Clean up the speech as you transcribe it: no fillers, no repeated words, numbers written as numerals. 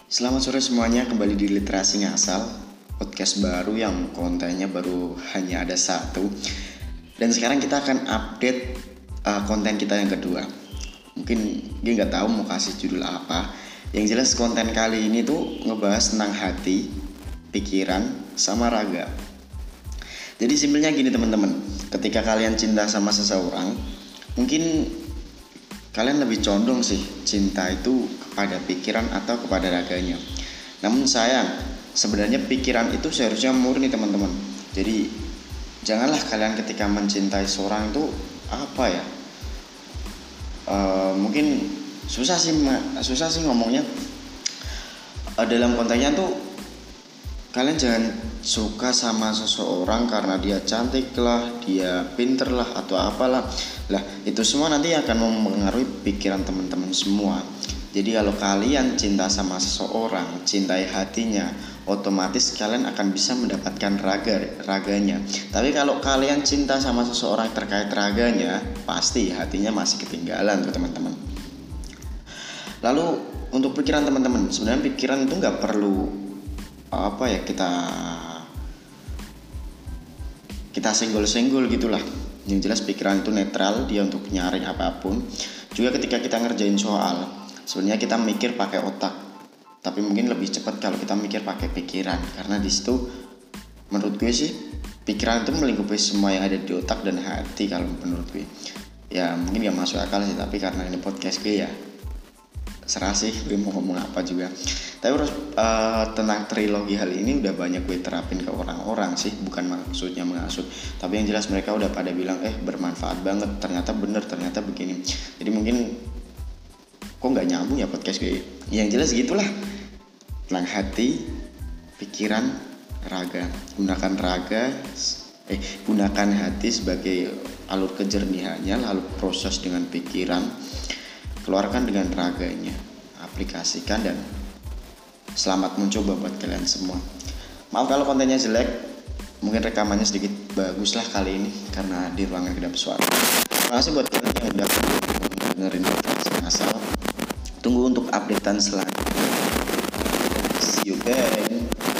Selamat sore semuanya, kembali di Literasi Ngasal, podcast baru yang kontennya baru hanya ada satu. Dan sekarang kita akan update konten kita yang kedua. Mungkin dia nggak tahu mau kasih judul apa. Yang jelas konten kali ini tuh ngebahas tentang hati, pikiran, sama raga. Jadi simpelnya gini teman-teman, ketika kalian cinta sama seseorang, mungkin kalian lebih condong sih cinta itu kepada pikiran atau kepada raganya. Namun sayang, sebenarnya pikiran itu seharusnya murni teman-teman. Jadi janganlah kalian ketika mencintai seorang itu mungkin susah sih ngomongnya. Dalam kontennya tuh kalian jangan suka sama seseorang karena dia cantik lah, dia pinter lah, atau apalah. Lah itu semua nanti akan mempengaruhi pikiran teman-teman semua. Jadi kalau kalian cinta sama seseorang, cintai hatinya, otomatis kalian akan bisa mendapatkan raganya. Tapi kalau kalian cinta sama seseorang terkait raganya, pasti hatinya masih ketinggalan tuh teman-teman. Lalu untuk pikiran teman-teman, sebenarnya pikiran itu nggak perlu kita senggol-senggol gitulah. Yang jelas pikiran itu netral, dia untuk nyaring apapun. Juga ketika kita ngerjain soal, sebenarnya kita mikir pakai otak, tapi mungkin lebih cepat kalau kita mikir pakai pikiran, karena di situ menurut gue sih pikiran itu melingkupi semua yang ada di otak dan hati. Kalau menurut gue ya mungkin gak masuk akal sih, tapi karena ini podcast gue ya serah sih gue mau ngomong apa juga. Tapi tentang trilogi hal ini udah banyak gue terapin ke orang-orang sih, bukan maksudnya mengasut, tapi yang jelas mereka udah pada bilang bermanfaat banget, ternyata bener, ternyata begini. Jadi mungkin kok nggak nyambung ya podcast gue. Yang jelas gitulah, tentang hati, pikiran, raga. Gunakan hati sebagai alur kejernihannya, lalu proses dengan pikiran, keluarkan dengan raganya, aplikasikan, dan selamat mencoba buat kalian semua. Maaf kalau kontennya jelek, mungkin rekamannya sedikit bagus lah kali ini karena di ruangan kedap suara. Terima kasih buat kalian yang udah dengerin podcast asal. Tunggu untuk updatean selanjutnya. See you again.